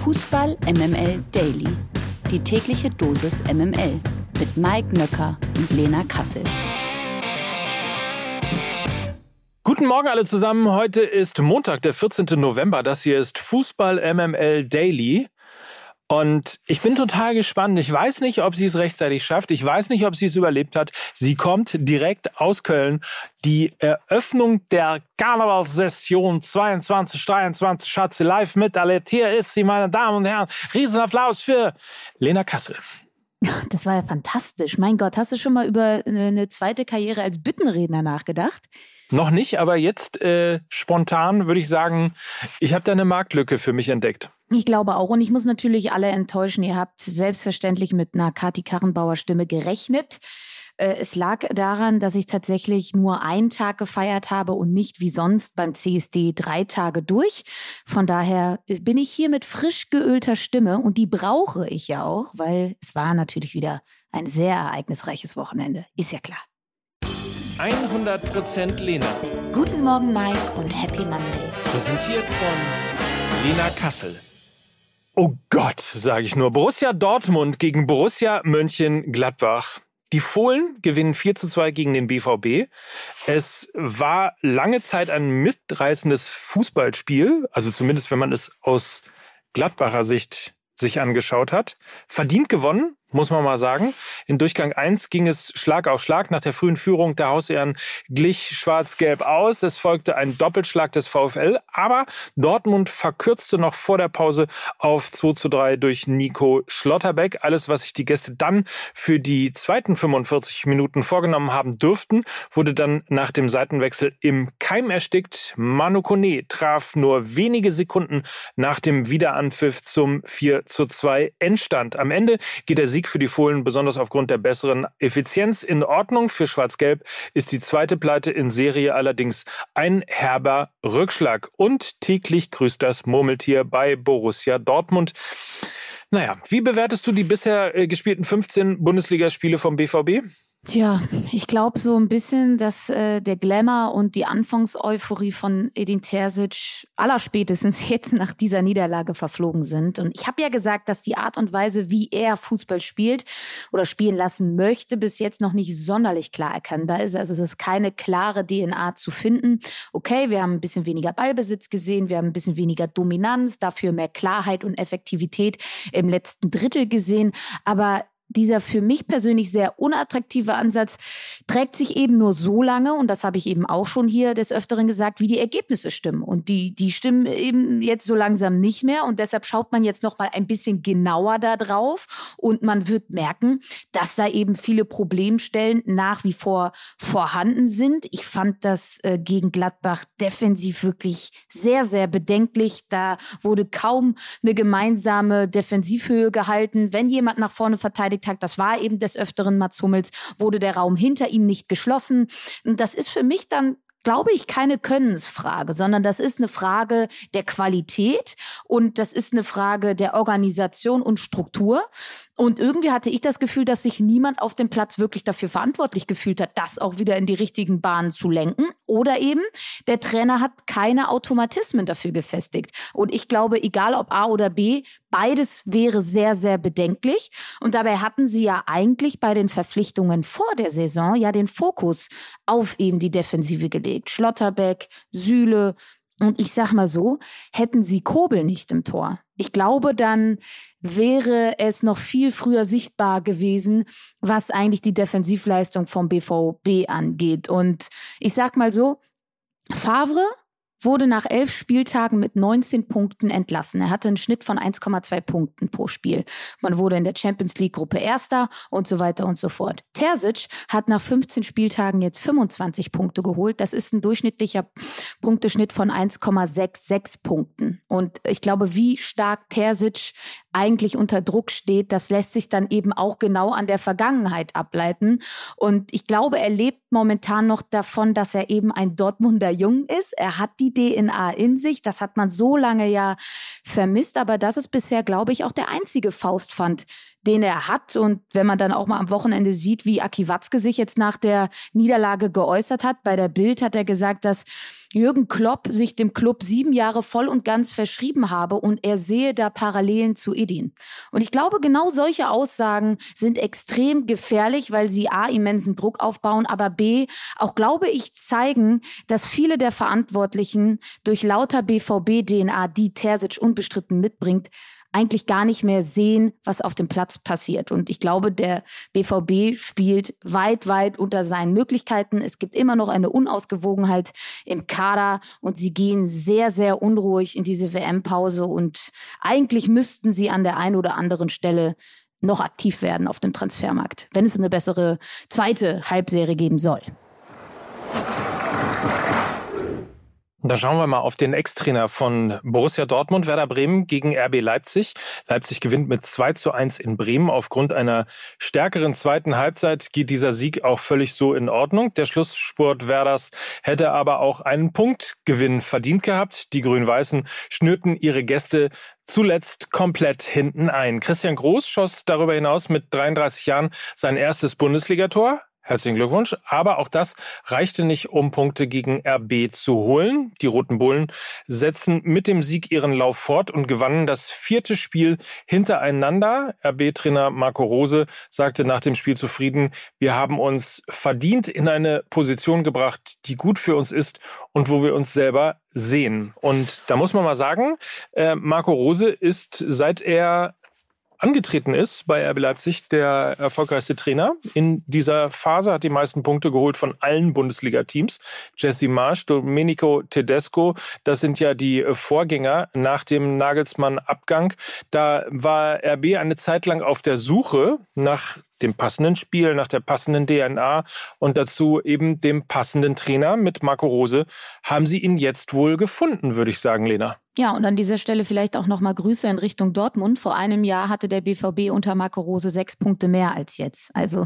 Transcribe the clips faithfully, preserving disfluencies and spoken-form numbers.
Fußball M M L Daily. Die tägliche Dosis M M L mit Mike Nöcker und Lena Kassel. Guten Morgen alle zusammen. Heute ist Montag, der vierzehnten November. Das hier ist Fußball M M L Daily. Und ich bin total gespannt. Ich weiß nicht, ob sie es rechtzeitig schafft. Ich weiß nicht, ob sie es überlebt hat. Sie kommt direkt aus Köln. Die Eröffnung der Karnevalssession zweiundzwanzig dreiundzwanzig hat sie live miterlebt. Hier ist sie, meine Damen und Herren. Riesenapplaus für Lena Kassel. Das war ja fantastisch. Mein Gott, hast du schon mal über eine zweite Karriere als Büttenredner nachgedacht? Noch nicht, aber jetzt äh, spontan würde ich sagen, ich habe da eine Marktlücke für mich entdeckt. Ich glaube auch. Und ich muss natürlich alle enttäuschen. Ihr habt selbstverständlich mit einer Kati Karrenbauer Stimme gerechnet. Äh, es lag daran, dass ich tatsächlich nur einen Tag gefeiert habe und nicht wie sonst beim C S D drei Tage durch. Von daher bin ich hier mit frisch geölter Stimme und die brauche ich ja auch, weil es war natürlich wieder ein sehr ereignisreiches Wochenende. Ist ja klar. hundert Prozent Lena. Guten Morgen, Mike, und Happy Monday. Präsentiert von Lena Kassel. Oh Gott, sage ich nur. Borussia Dortmund gegen Borussia Mönchengladbach. Die Fohlen gewinnen vier zu zwei gegen den B V B. Es war lange Zeit ein mitreißendes Fußballspiel, also zumindest wenn man es aus Gladbacher Sicht sich angeschaut hat. Verdient gewonnen, muss man mal sagen. In Durchgang eins ging es Schlag auf Schlag. Nach der frühen Führung der Hausherren glich Schwarz-Gelb aus. Es folgte ein Doppelschlag des VfL. Aber Dortmund verkürzte noch vor der Pause auf zwei zu drei durch Nico Schlotterbeck. Alles, was sich die Gäste dann für die zweiten fünfundvierzig Minuten vorgenommen haben dürften, wurde dann nach dem Seitenwechsel im Keim erstickt. Manu Koné traf nur wenige Sekunden nach dem Wiederanpfiff zum vier zu zwei Endstand. Am Ende geht der Sieg für die Fohlen besonders aufgrund der besseren Effizienz in Ordnung. Für Schwarz-Gelb ist die zweite Pleite in Serie allerdings ein herber Rückschlag. Und täglich grüßt das Murmeltier bei Borussia Dortmund. Naja, wie bewertest du die bisher äh, gespielten fünfzehn Bundesligaspiele vom B V B? Tja, ich glaube so ein bisschen, dass äh, der Glamour und die Anfangseuphorie von Edin Terzic allerspätestens jetzt nach dieser Niederlage verflogen sind. Und ich habe ja gesagt, dass die Art und Weise, wie er Fußball spielt oder spielen lassen möchte, bis jetzt noch nicht sonderlich klar erkennbar ist. Also es ist keine klare D N A zu finden. Okay, wir haben ein bisschen weniger Ballbesitz gesehen, wir haben ein bisschen weniger Dominanz, dafür mehr Klarheit und Effektivität im letzten Drittel gesehen. Aber dieser für mich persönlich sehr unattraktive Ansatz trägt sich eben nur so lange, und das habe ich eben auch schon hier des Öfteren gesagt, wie die Ergebnisse stimmen. Und die, die stimmen eben jetzt so langsam nicht mehr. Und deshalb schaut man jetzt noch mal ein bisschen genauer da drauf. Und man wird merken, dass da eben viele Problemstellen nach wie vor vorhanden sind. Ich fand das äh, gegen Gladbach defensiv wirklich sehr, sehr bedenklich. Da wurde kaum eine gemeinsame Defensivhöhe gehalten. Wenn jemand nach vorne verteidigt hat, das war eben des Öfteren Mats Hummels, wurde der Raum hinter ihm nicht geschlossen. Und das ist für mich dann, glaube ich, keine Könnensfrage, sondern das ist eine Frage der Qualität und das ist eine Frage der Organisation und Struktur. Und irgendwie hatte ich das Gefühl, dass sich niemand auf dem Platz wirklich dafür verantwortlich gefühlt hat, das auch wieder in die richtigen Bahnen zu lenken. Oder eben, der Trainer hat keine Automatismen dafür gefestigt. Und ich glaube, egal ob A oder B, beides wäre sehr, sehr bedenklich. Und dabei hatten sie ja eigentlich bei den Verpflichtungen vor der Saison ja den Fokus auf eben die Defensive gelegt. Schlotterbeck, Süle. Und ich sag mal so, hätten sie Kobel nicht im Tor, ich glaube, dann wäre es noch viel früher sichtbar gewesen, was eigentlich die Defensivleistung vom B V B angeht. Und ich sag mal so, Favre wurde nach elf Spieltagen mit neunzehn Punkten entlassen. Er hatte einen Schnitt von eins Komma zwei Punkten pro Spiel. Man wurde in der Champions League Gruppe Erster und so weiter und so fort. Terzic hat nach fünfzehn Spieltagen jetzt fünfundzwanzig Punkte geholt. Das ist ein durchschnittlicher Punkteschnitt von eins Komma sechsundsechzig Punkten. Und ich glaube, wie stark Terzic eigentlich unter Druck steht, das lässt sich dann eben auch genau an der Vergangenheit ableiten. Und ich glaube, er lebt momentan noch davon, dass er eben ein Dortmunder Jung ist. Er hat die D N A in sich. Das hat man so lange ja vermisst. Aber das ist bisher, glaube ich, auch der einzige Faustpfand, den er hat. Und wenn man dann auch mal am Wochenende sieht, wie Aki Watzke sich jetzt nach der Niederlage geäußert hat, bei der Bild hat er gesagt, dass Jürgen Klopp sich dem Club sieben Jahre voll und ganz verschrieben habe und er sehe da Parallelen zu Edin. Und ich glaube, genau solche Aussagen sind extrem gefährlich, weil sie A, immensen Druck aufbauen, aber B, auch, glaube ich, zeigen, dass viele der Verantwortlichen durch lauter B V B-D N A, die Terzic unbestritten mitbringt, eigentlich gar nicht mehr sehen, was auf dem Platz passiert. Und ich glaube, der B V B spielt weit, weit unter seinen Möglichkeiten. Es gibt immer noch eine Unausgewogenheit im Kader und sie gehen sehr, sehr unruhig in diese W M-Pause. Und eigentlich müssten sie an der einen oder anderen Stelle noch aktiv werden auf dem Transfermarkt, wenn es eine bessere zweite Halbserie geben soll. Da schauen wir mal auf den Ex-Trainer von Borussia Dortmund, Werder Bremen gegen R B Leipzig. Leipzig gewinnt mit zwei zu eins in Bremen. Aufgrund einer stärkeren zweiten Halbzeit geht dieser Sieg auch völlig so in Ordnung. Der Schlussspurt Werders hätte aber auch einen Punktgewinn verdient gehabt. Die Grün-Weißen schnürten ihre Gäste zuletzt komplett hinten ein. Christian Groß schoss darüber hinaus mit dreiunddreißig Jahren sein erstes Bundesligator. Herzlichen Glückwunsch. Aber auch das reichte nicht, um Punkte gegen R B zu holen. Die Roten Bullen setzen mit dem Sieg ihren Lauf fort und gewannen das vierte Spiel hintereinander. R B-Trainer Marco Rose sagte nach dem Spiel zufrieden, wir haben uns verdient in eine Position gebracht, die gut für uns ist und wo wir uns selber sehen. Und da muss man mal sagen, Marco Rose ist, seit er angetreten ist bei R B Leipzig, der erfolgreichste Trainer in dieser Phase, hat die meisten Punkte geholt von allen Bundesliga-Teams. Jesse Marsch, Domenico Tedesco, das sind ja die Vorgänger nach dem Nagelsmann-Abgang. Da war R B eine Zeit lang auf der Suche nach dem passenden Spiel, nach der passenden D N A und dazu eben dem passenden Trainer. Mit Marco Rose haben sie ihn jetzt wohl gefunden, würde ich sagen, Lena. Ja, und an dieser Stelle vielleicht auch nochmal Grüße in Richtung Dortmund. Vor einem Jahr hatte der B V B unter Marco Rose sechs Punkte mehr als jetzt. Also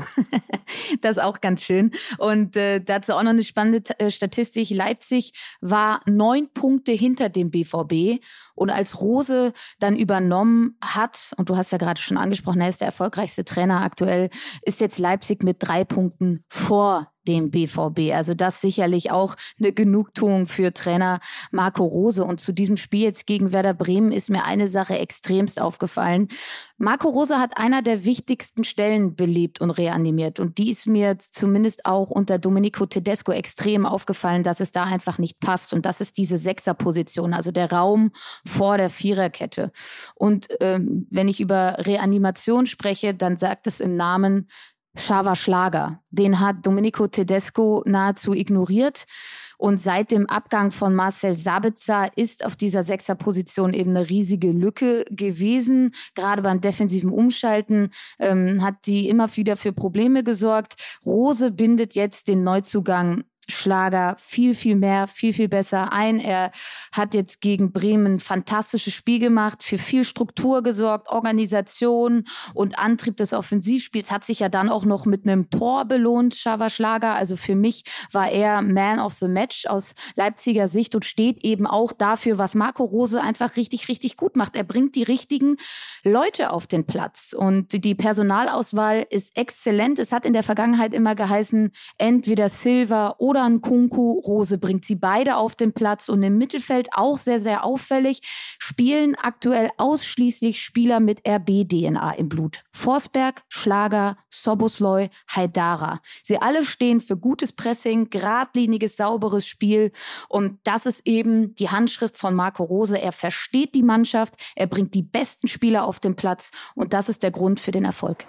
das ist auch ganz schön. Und äh, dazu auch noch eine spannende äh, Statistik. Leipzig war neun Punkte hinter dem B V B. Und als Rose dann übernommen hat, und du hast ja gerade schon angesprochen, er ist der erfolgreichste Trainer aktuell, ist jetzt Leipzig mit drei Punkten vor dem B V B. Also das sicherlich auch eine Genugtuung für Trainer Marco Rose. Und zu diesem Spiel jetzt gegen Werder Bremen ist mir eine Sache extremst aufgefallen. Marco Rose hat einer der wichtigsten Stellen belebt und reanimiert. Und die ist mir zumindest auch unter Domenico Tedesco extrem aufgefallen, dass es da einfach nicht passt. Und das ist diese Sechserposition, also der Raum vor der Viererkette. Und ähm, wenn ich über Reanimation spreche, dann sagt es im Namen Xaver Schlager. Den hat Domenico Tedesco nahezu ignoriert. Und seit dem Abgang von Marcel Sabitzer ist auf dieser Sechserposition eben eine riesige Lücke gewesen. Gerade beim defensiven Umschalten ähm, hat die immer wieder für Probleme gesorgt. Rose bindet jetzt den Neuzugang Schlager viel, viel mehr, viel, viel besser ein. Er hat jetzt gegen Bremen ein fantastisches Spiel gemacht, für viel Struktur gesorgt, Organisation und Antrieb des Offensivspiels, hat sich ja dann auch noch mit einem Tor belohnt, Xaver Schlager. Also für mich war er Man of the Match aus Leipziger Sicht und steht eben auch dafür, was Marco Rose einfach richtig, richtig gut macht. Er bringt die richtigen Leute auf den Platz und die Personalauswahl ist exzellent. Es hat in der Vergangenheit immer geheißen, entweder Silva oder oder Nkunku. Rose bringt sie beide auf den Platz und im Mittelfeld auch sehr, sehr auffällig, spielen aktuell ausschließlich Spieler mit R B-D N A im Blut. Forsberg, Schlager, Szoboszlai, Haidara. Sie alle stehen für gutes Pressing, geradliniges, sauberes Spiel und das ist eben die Handschrift von Marco Rose. Er versteht die Mannschaft, er bringt die besten Spieler auf den Platz und das ist der Grund für den Erfolg.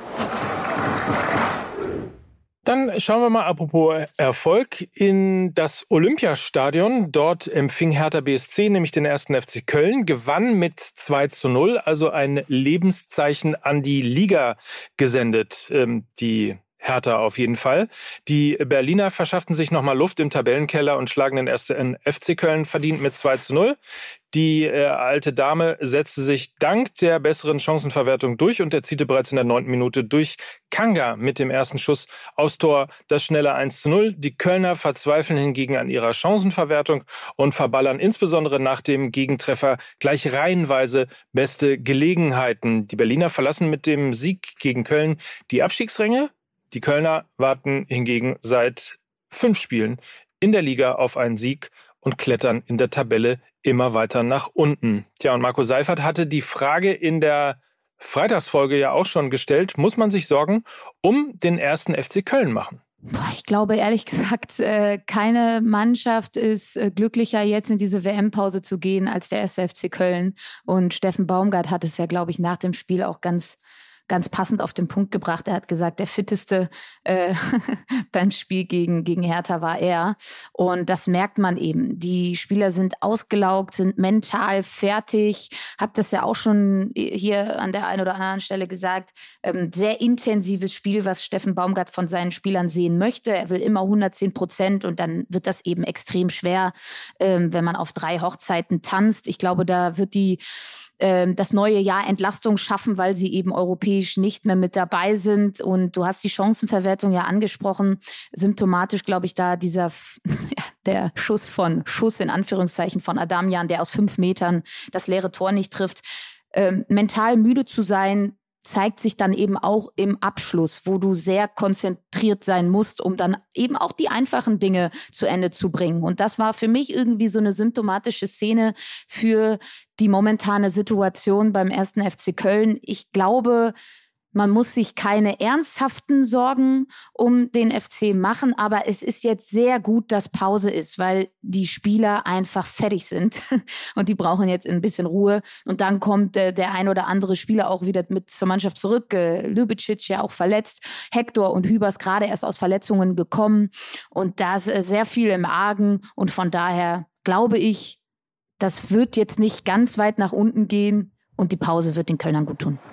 Dann schauen wir mal, apropos Erfolg, in das Olympiastadion. Dort empfing Hertha B S C nämlich den ersten F C Köln, gewann mit zwei zu null, also ein Lebenszeichen an die Liga gesendet. Ähm, die Hertha auf jeden Fall. Die Berliner verschafften sich nochmal Luft im Tabellenkeller und schlagen den ersten F C Köln verdient mit zwei zu null. Die äh, alte Dame setzte sich dank der besseren Chancenverwertung durch und erzielte bereits in der neunten Minute durch Kanga mit dem ersten Schuss aufs Tor das schnelle eins zu null. Die Kölner verzweifeln hingegen an ihrer Chancenverwertung und verballern insbesondere nach dem Gegentreffer gleich reihenweise beste Gelegenheiten. Die Berliner verlassen mit dem Sieg gegen Köln die Abstiegsränge. Die Kölner warten hingegen seit fünf Spielen in der Liga auf einen Sieg und klettern in der Tabelle immer weiter nach unten. Tja, und Marco Seifert hatte die Frage in der Freitagsfolge ja auch schon gestellt, muss man sich Sorgen um den ersten F C Köln machen? Ich glaube ehrlich gesagt, keine Mannschaft ist glücklicher, jetzt in diese W M-Pause zu gehen, als der erste F C Köln. Und Steffen Baumgart hat es ja, glaube ich, nach dem Spiel auch ganz ganz passend auf den Punkt gebracht. Er hat gesagt, der fitteste äh, beim Spiel gegen, gegen Hertha war er. Und das merkt man eben. Die Spieler sind ausgelaugt, sind mental fertig. Hab das ja auch schon hier an der einen oder anderen Stelle gesagt. Ähm, sehr intensives Spiel, was Steffen Baumgart von seinen Spielern sehen möchte. Er will immer hundertzehn Prozent und dann wird das eben extrem schwer, ähm, wenn man auf drei Hochzeiten tanzt. Ich glaube, da wird die das neue Jahr Entlastung schaffen, weil sie eben europäisch nicht mehr mit dabei sind. Und du hast die Chancenverwertung ja angesprochen. Symptomatisch, glaube ich, da dieser ja, der Schuss von Schuss in Anführungszeichen von Adamjan, der aus fünf Metern das leere Tor nicht trifft. Ähm, mental müde zu sein, zeigt sich dann eben auch im Abschluss, wo du sehr konzentriert sein musst, um dann eben auch die einfachen Dinge zu Ende zu bringen. Und das war für mich irgendwie so eine symptomatische Szene für die momentane Situation beim ersten F C Köln. Ich glaube, man muss sich keine ernsthaften Sorgen um den F C machen, aber es ist jetzt sehr gut, dass Pause ist, weil die Spieler einfach fertig sind und die brauchen jetzt ein bisschen Ruhe. Und dann kommt äh, der ein oder andere Spieler auch wieder mit zur Mannschaft zurück. Äh, Ljubičić ja auch verletzt, Hector und Hübers gerade erst aus Verletzungen gekommen und da ist äh, sehr viel im Argen und von daher glaube ich, das wird jetzt nicht ganz weit nach unten gehen und die Pause wird den Kölnern gut tun.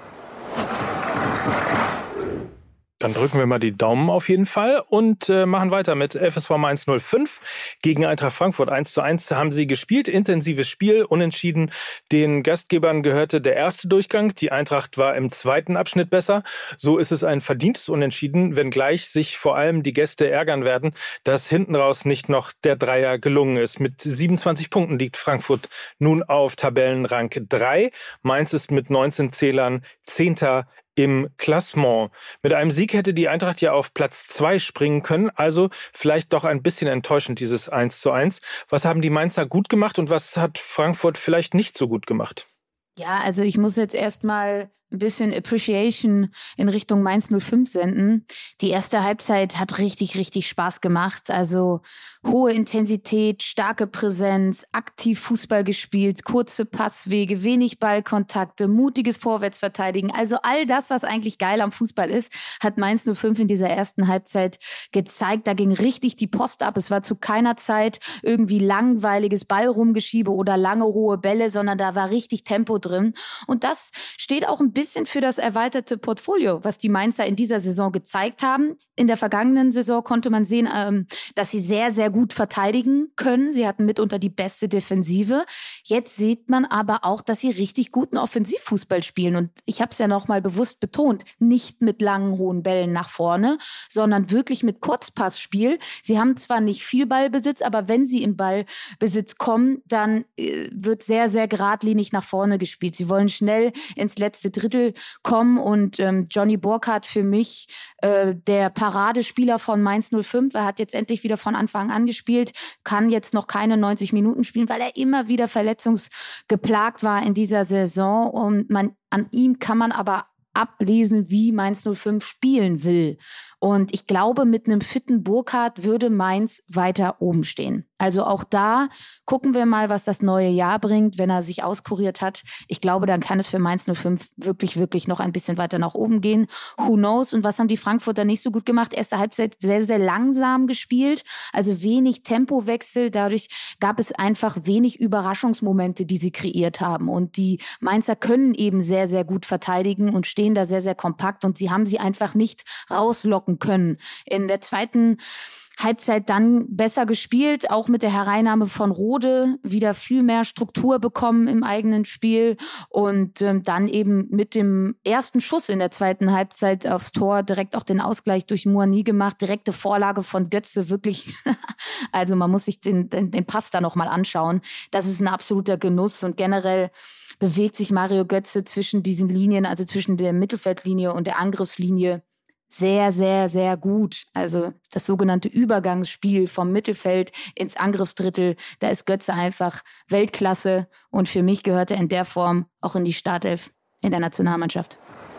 Dann drücken wir mal die Daumen auf jeden Fall und äh, machen weiter mit F S V Mainz null fünf. Gegen Eintracht Frankfurt eins zu eins haben sie gespielt. Intensives Spiel, unentschieden. Den Gastgebern gehörte der erste Durchgang. Die Eintracht war im zweiten Abschnitt besser. So ist es ein verdientes Unentschieden, wenngleich sich vor allem die Gäste ärgern werden, dass hinten raus nicht noch der Dreier gelungen ist. Mit siebenundzwanzig Punkten liegt Frankfurt nun auf Tabellenrang drei. Mainz ist mit neunzehn Zählern Zehnter im Klassement. Mit einem Sieg hätte die Eintracht ja auf Platz zwei springen können, also vielleicht doch ein bisschen enttäuschend, dieses eins zu eins. Was haben die Mainzer gut gemacht und was hat Frankfurt vielleicht nicht so gut gemacht? Ja, also ich muss jetzt erstmal ein bisschen Appreciation in Richtung Mainz null fünf senden. Die erste Halbzeit hat richtig, richtig Spaß gemacht. Also hohe Intensität, starke Präsenz, aktiv Fußball gespielt, kurze Passwege, wenig Ballkontakte, mutiges Vorwärtsverteidigen. Also all das, was eigentlich geil am Fußball ist, hat Mainz null fünf in dieser ersten Halbzeit gezeigt. Da ging richtig die Post ab. Es war zu keiner Zeit irgendwie langweiliges Ballrumgeschiebe oder lange hohe Bälle, sondern da war richtig Tempo drin. Und das steht auch ein bisschen für das erweiterte Portfolio, was die Mainzer in dieser Saison gezeigt haben. In der vergangenen Saison konnte man sehen, ähm, dass sie sehr, sehr gut verteidigen können. Sie hatten mitunter die beste Defensive. Jetzt sieht man aber auch, dass sie richtig guten Offensivfußball spielen. Und ich habe es ja noch mal bewusst betont, nicht mit langen, hohen Bällen nach vorne, sondern wirklich mit Kurzpassspiel. Sie haben zwar nicht viel Ballbesitz, aber wenn sie im Ballbesitz kommen, dann äh, wird sehr, sehr geradlinig nach vorne gespielt. Sie wollen schnell ins letzte Drittel kommen und ähm, Johnny Burkhardt für mich äh, der Paradespieler von Mainz null fünf. Er hat jetzt endlich wieder von Anfang an gespielt, kann jetzt noch keine neunzig Minuten spielen, weil er immer wieder verletzungsgeplagt war in dieser Saison. Und man, an ihm kann man aber ablesen, wie Mainz null fünf spielen will. Und ich glaube, mit einem fitten Burkhardt würde Mainz weiter oben stehen. Also auch da gucken wir mal, was das neue Jahr bringt, wenn er sich auskuriert hat. Ich glaube, dann kann es für Mainz null fünf wirklich, wirklich noch ein bisschen weiter nach oben gehen. Who knows? Und was haben die Frankfurter nicht so gut gemacht? Erste Halbzeit sehr, sehr langsam gespielt, also wenig Tempowechsel. Dadurch gab es einfach wenig Überraschungsmomente, die sie kreiert haben. Und die Mainzer können eben sehr, sehr gut verteidigen und stehen da sehr, sehr kompakt. Und sie haben sie einfach nicht rauslocken können. In der zweiten Halbzeit dann besser gespielt, auch mit der Hereinnahme von Rode wieder viel mehr Struktur bekommen im eigenen Spiel und ähm, dann eben mit dem ersten Schuss in der zweiten Halbzeit aufs Tor direkt auch den Ausgleich durch Moani gemacht, direkte Vorlage von Götze, wirklich, also man muss sich den, den, den Pass da nochmal anschauen, das ist ein absoluter Genuss und generell bewegt sich Mario Götze zwischen diesen Linien, also zwischen der Mittelfeldlinie und der Angriffslinie sehr, sehr, sehr gut. Also das sogenannte Übergangsspiel vom Mittelfeld ins Angriffsdrittel, da ist Götze einfach Weltklasse und für mich gehört er in der Form auch in die Startelf in der Nationalmannschaft.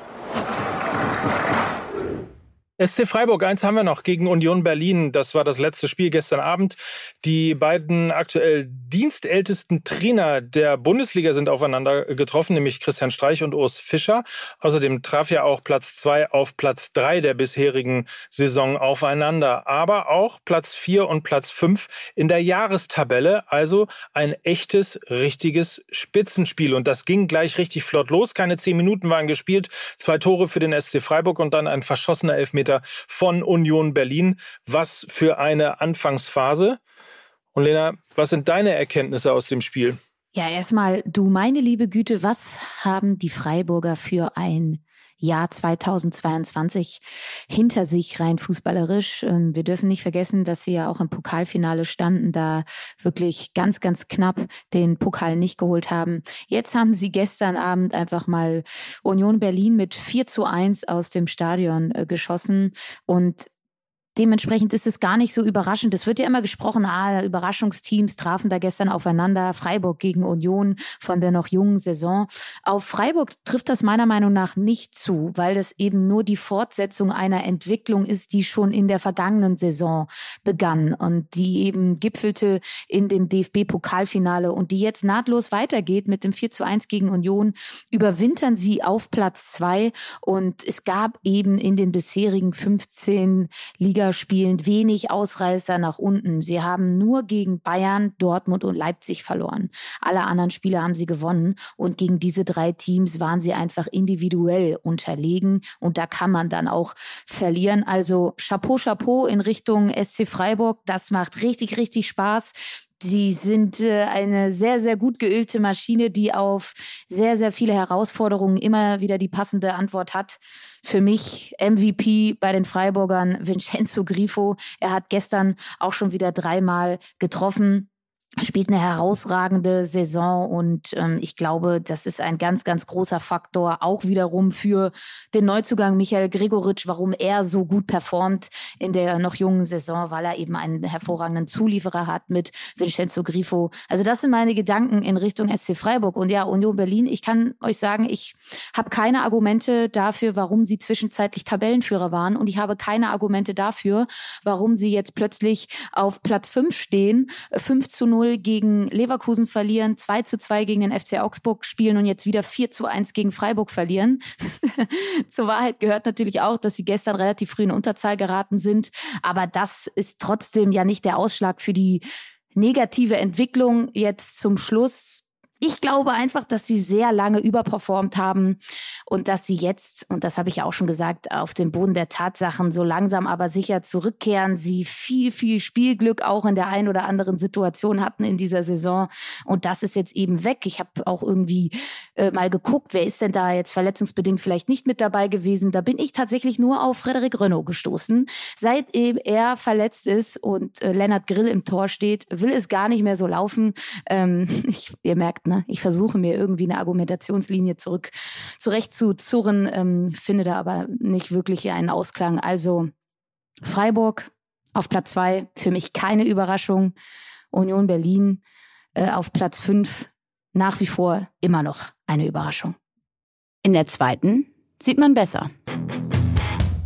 S C Freiburg, eins haben wir noch gegen Union Berlin. Das war das letzte Spiel gestern Abend. Die beiden aktuell dienstältesten Trainer der Bundesliga sind aufeinander getroffen, nämlich Christian Streich und Urs Fischer. Außerdem traf ja auch Platz zwei auf Platz drei der bisherigen Saison aufeinander. Aber auch Platz vier und Platz fünf in der Jahrestabelle. Also ein echtes, richtiges Spitzenspiel. Und das ging gleich richtig flott los. Keine zehn Minuten waren gespielt. Zwei Tore für den S C Freiburg und dann ein verschossener Elfmeter von Union Berlin. Was für eine Anfangsphase. Und Lena, was sind deine Erkenntnisse aus dem Spiel? Ja, erstmal, du meine liebe Güte, was haben die Freiburger für ein Jahr zweitausendzweiundzwanzig hinter sich rein fußballerisch? Wir dürfen nicht vergessen, dass sie ja auch im Pokalfinale standen, da wirklich ganz, ganz knapp den Pokal nicht geholt haben. Jetzt haben sie gestern Abend einfach mal Union Berlin mit vier zu eins aus dem Stadion äh, geschossen und dementsprechend ist es gar nicht so überraschend. Es wird ja immer gesprochen, ah, Überraschungsteams trafen da gestern aufeinander. Freiburg gegen Union von der noch jungen Saison. Auf Freiburg trifft das meiner Meinung nach nicht zu, weil das eben nur die Fortsetzung einer Entwicklung ist, die schon in der vergangenen Saison begann und die eben gipfelte in dem D F B-Pokalfinale und die jetzt nahtlos weitergeht mit dem vier zu eins gegen Union. Überwintern sie auf Platz zwei und es gab eben in den bisherigen fünfzehn Liga spielen wenig Ausreißer nach unten. Sie haben nur gegen Bayern, Dortmund und Leipzig verloren. Alle anderen Spiele haben sie gewonnen und gegen diese drei Teams waren sie einfach individuell unterlegen und da kann man dann auch verlieren. Also Chapeau, Chapeau in Richtung S C Freiburg. Das macht richtig, richtig Spaß. Sie sind äh, eine sehr, sehr gut geölte Maschine, die auf sehr, sehr viele Herausforderungen immer wieder die passende Antwort hat. Für mich M V P bei den Freiburgern Vincenzo Grifo. Er hat gestern auch schon wieder dreimal getroffen. Spielt eine herausragende Saison und ähm, ich glaube, das ist ein ganz, ganz großer Faktor auch wiederum für den Neuzugang Michael Gregoritsch, warum er so gut performt in der noch jungen Saison, weil er eben einen hervorragenden Zulieferer hat mit Vincenzo Grifo. Also das sind meine Gedanken in Richtung S C Freiburg und ja, Union Berlin. Ich kann euch sagen, ich habe keine Argumente dafür, warum sie zwischenzeitlich Tabellenführer waren und ich habe keine Argumente dafür, warum sie jetzt plötzlich auf Platz fünf stehen, fünf zu null gegen Leverkusen verlieren, zwei zu zwei gegen den F C Augsburg spielen und jetzt wieder vier zu eins gegen Freiburg verlieren. Zur Wahrheit gehört natürlich auch, dass sie gestern relativ früh in Unterzahl geraten sind. Aber das ist trotzdem ja nicht der Ausschlag für die negative Entwicklung jetzt zum Schluss. Ich glaube einfach, dass sie sehr lange überperformt haben und dass sie jetzt, und das habe ich ja auch schon gesagt, auf den Boden der Tatsachen so langsam aber sicher zurückkehren. Sie viel, viel Spielglück auch in der einen oder anderen Situation hatten in dieser Saison und das ist jetzt eben weg. Ich habe auch irgendwie äh, mal geguckt, wer ist denn da jetzt verletzungsbedingt vielleicht nicht mit dabei gewesen. Da bin ich tatsächlich nur auf Frédéric Renaud gestoßen. Seit eben er verletzt ist und äh, Lennart Grill im Tor steht, will es gar nicht mehr so laufen. Ähm, ich, ihr merkt, ne? Ich versuche mir irgendwie eine Argumentationslinie zurück zurecht zu zurren, ähm, finde da aber nicht wirklich einen Ausklang. Also Freiburg auf Platz zwei, für mich keine Überraschung. Union Berlin äh, auf Platz fünf, nach wie vor immer noch eine Überraschung. In der zweiten sieht man besser.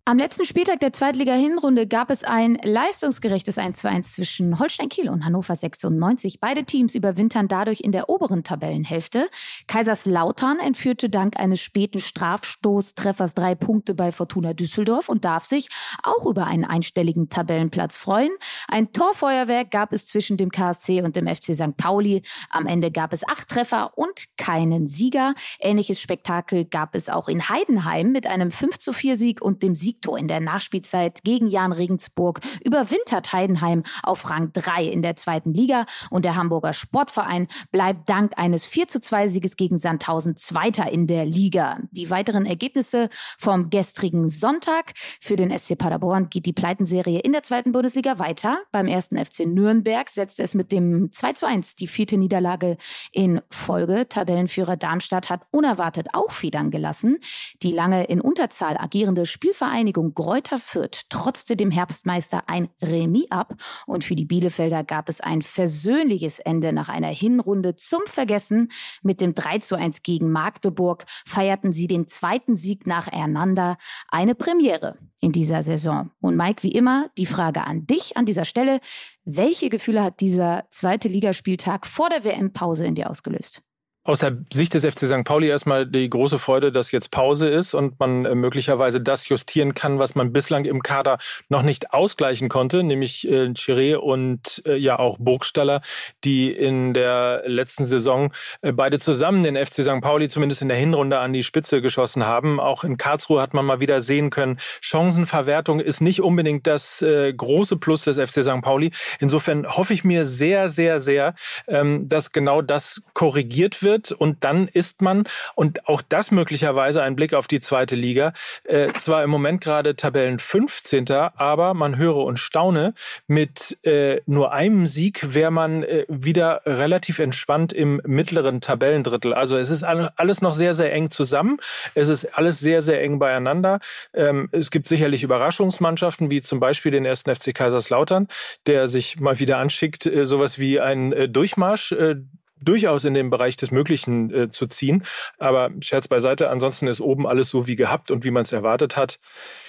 Am letzten Spieltag der Zweitliga-Hinrunde gab es ein leistungsgerechtes eins zu eins zwischen Holstein Kiel und Hannover sechsundneunzig. Beide Teams überwintern dadurch in der oberen Tabellenhälfte. Kaiserslautern entführte dank eines späten Strafstoßtreffers drei Punkte bei Fortuna Düsseldorf und darf sich auch über einen einstelligen Tabellenplatz freuen. Ein Torfeuerwerk gab es zwischen dem K S C und dem F C Sankt Pauli. Am Ende gab es acht Treffer und keinen Sieger. Ähnliches Spektakel gab es auch in Heidenheim mit einem fünf zu vier Sieg und dem Sieg in der Nachspielzeit gegen Jahn Regensburg überwintert Heidenheim auf Rang drei in der zweiten Liga und der Hamburger Sportverein bleibt dank eines vier zu zwei Sieges gegen Sandhausen Zweiter in der Liga. Die weiteren Ergebnisse vom gestrigen Sonntag: Für den S C Paderborn geht die Pleitenserie in der zweiten Bundesliga weiter. Beim ersten F C Nürnberg setzt es mit dem zwei zu eins die vierte Niederlage in Folge. Tabellenführer Darmstadt hat unerwartet auch Federn gelassen. Die lange in Unterzahl agierende Spielvereinigung Greuther Fürth trotzte dem Herbstmeister ein Remis ab und für die Bielefelder gab es ein versöhnliches Ende nach einer Hinrunde zum Vergessen. Mit dem drei zu eins gegen Magdeburg feierten sie den zweiten Sieg nacheinander. Eine Premiere in dieser Saison. Und Mike, wie immer, die Frage an dich an dieser Stelle: Welche Gefühle hat dieser zweite Ligaspieltag vor der W M-Pause in dir ausgelöst? Aus der Sicht des F C Sankt Pauli erstmal die große Freude, dass jetzt Pause ist und man äh, möglicherweise das justieren kann, was man bislang im Kader noch nicht ausgleichen konnte, nämlich äh, Chiré und äh, ja auch Burgstaller, die in der letzten Saison äh, beide zusammen den F C Sankt Pauli zumindest in der Hinrunde an die Spitze geschossen haben. Auch in Karlsruhe hat man mal wieder sehen können, Chancenverwertung ist nicht unbedingt das äh, große Plus des F C Sankt Pauli. Insofern hoffe ich mir sehr, sehr, sehr, ähm, dass genau das korrigiert wird. Und dann ist man, und auch das möglicherweise ein Blick auf die zweite Liga, äh, zwar im Moment gerade Tabellenfünfzehnter, aber man höre und staune, mit äh, nur einem Sieg wäre man äh, wieder relativ entspannt im mittleren Tabellendrittel. Also es ist alles noch sehr, sehr eng zusammen. Es ist alles sehr, sehr eng beieinander. Ähm, es gibt sicherlich Überraschungsmannschaften, wie zum Beispiel den ersten F C Kaiserslautern, der sich mal wieder anschickt, äh, sowas wie ein äh, Durchmarsch äh, durchaus in den Bereich des Möglichen äh, zu ziehen. Aber Scherz beiseite, ansonsten ist oben alles so wie gehabt und wie man es erwartet hat.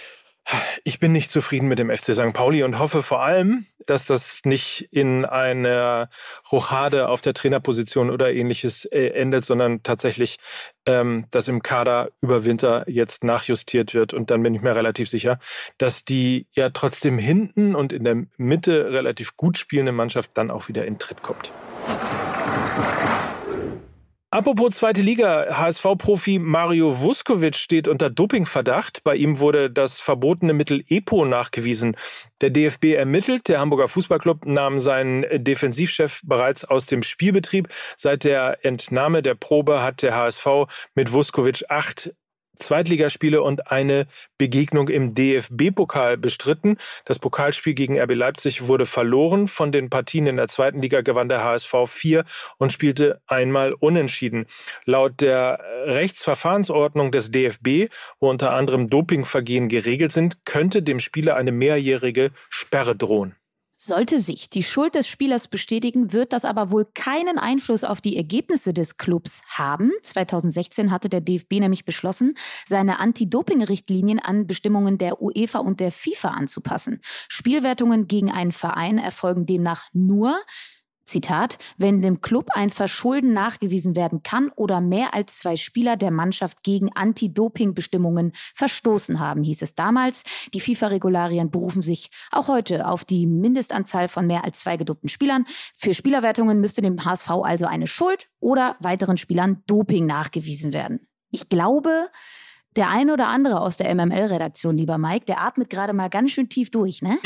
Ich bin nicht zufrieden mit dem F C Sankt Pauli und hoffe vor allem, dass das nicht in einer Rochade auf der Trainerposition oder ähnliches äh, endet, sondern tatsächlich, ähm, dass im Kader über Winter jetzt nachjustiert wird. Und dann bin ich mir relativ sicher, dass die ja trotzdem hinten und in der Mitte relativ gut spielende Mannschaft dann auch wieder in Tritt kommt. Apropos zweite Liga, H S V-Profi Mario Vuskovic steht unter Dopingverdacht. Bei ihm wurde das verbotene Mittel EPO nachgewiesen. Der D F B ermittelt. Der Hamburger Fußballclub nahm seinen Defensivchef bereits aus dem Spielbetrieb. Seit der Entnahme der Probe hat der H S V mit Vuskovic acht Zweitligaspiele und eine Begegnung im D F B-Pokal bestritten. Das Pokalspiel gegen R B Leipzig wurde verloren. Von den Partien in der zweiten Liga gewann der H S V vier und spielte einmal unentschieden. Laut der Rechtsverfahrensordnung des D F B, wo unter anderem Dopingvergehen geregelt sind, könnte dem Spieler eine mehrjährige Sperre drohen. Sollte sich die Schuld des Spielers bestätigen, wird das aber wohl keinen Einfluss auf die Ergebnisse des Clubs haben. zweitausendsechzehn hatte der D F B nämlich beschlossen, seine Anti-Doping-Richtlinien an Bestimmungen der UEFA und der FIFA anzupassen. Spielwertungen gegen einen Verein erfolgen demnach nur, Zitat, wenn dem Club ein Verschulden nachgewiesen werden kann oder mehr als zwei Spieler der Mannschaft gegen Anti-Doping-Bestimmungen verstoßen haben, hieß es damals. Die FIFA-Regularien berufen sich auch heute auf die Mindestanzahl von mehr als zwei gedopten Spielern. Für Spielerwertungen müsste dem H S V also eine Schuld oder weiteren Spielern Doping nachgewiesen werden. Ich glaube, der eine oder andere aus der M M L-Redaktion, lieber Mike, der atmet gerade mal ganz schön tief durch, ne?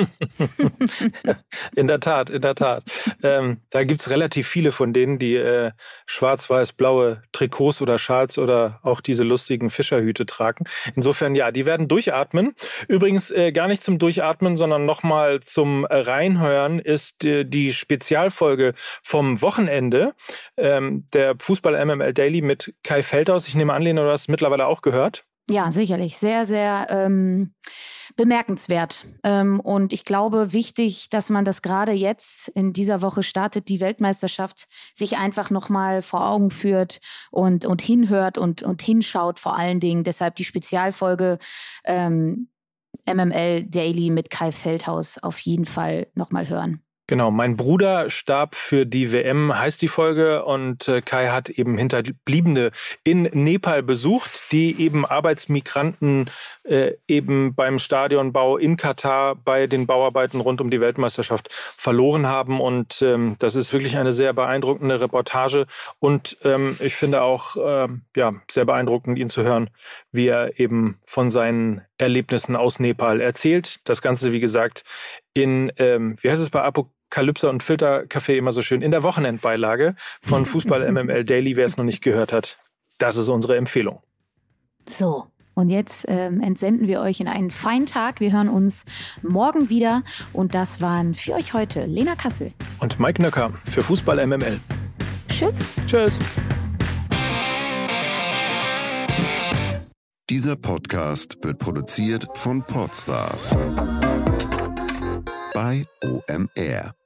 In der Tat, in der Tat. Ähm, da gibt's relativ viele von denen, die äh, schwarz-weiß-blaue Trikots oder Schals oder auch diese lustigen Fischerhüte tragen. Insofern, ja, die werden durchatmen. Übrigens äh, gar nicht zum Durchatmen, sondern nochmal zum Reinhören ist äh, die Spezialfolge vom Wochenende, ähm, der Fußball-M M L Daily mit Kai Feldhaus. Ich nehme an, Lena, du hast es mittlerweile auch gehört. Ja, sicherlich. Sehr, sehr ähm, bemerkenswert. Ähm, und ich glaube, wichtig, dass man das gerade jetzt in dieser Woche startet, die Weltmeisterschaft, sich einfach nochmal vor Augen führt und, und hinhört und, und hinschaut vor allen Dingen. Deshalb die Spezialfolge. Ähm, M M L Daily mit Kai Feldhaus auf jeden Fall nochmal hören. Genau, mein Bruder starb für die W M, heißt die Folge, und äh, Kai hat eben Hinterbliebene in Nepal besucht, die eben Arbeitsmigranten äh, eben beim Stadionbau in Katar bei den Bauarbeiten rund um die Weltmeisterschaft verloren haben. Und ähm, das ist wirklich eine sehr beeindruckende Reportage und ähm, ich finde auch äh, ja, sehr beeindruckend, ihn zu hören, wie er eben von seinen Erlebnissen aus Nepal erzählt. Das Ganze, wie gesagt, in, ähm, wie heißt es bei Apokalypse und Filtercafé immer so schön, in der Wochenendbeilage von Fußball M M L Daily, wer es noch nicht gehört hat. Das ist unsere Empfehlung. So, und jetzt ähm, entsenden wir euch in einen feinen Tag. Wir hören uns morgen wieder und das waren für euch heute Lena Kassel und Mike Nöcker für Fußball M M L. Tschüss. Tschüss. Dieser Podcast wird produziert von Podstars bei O M R.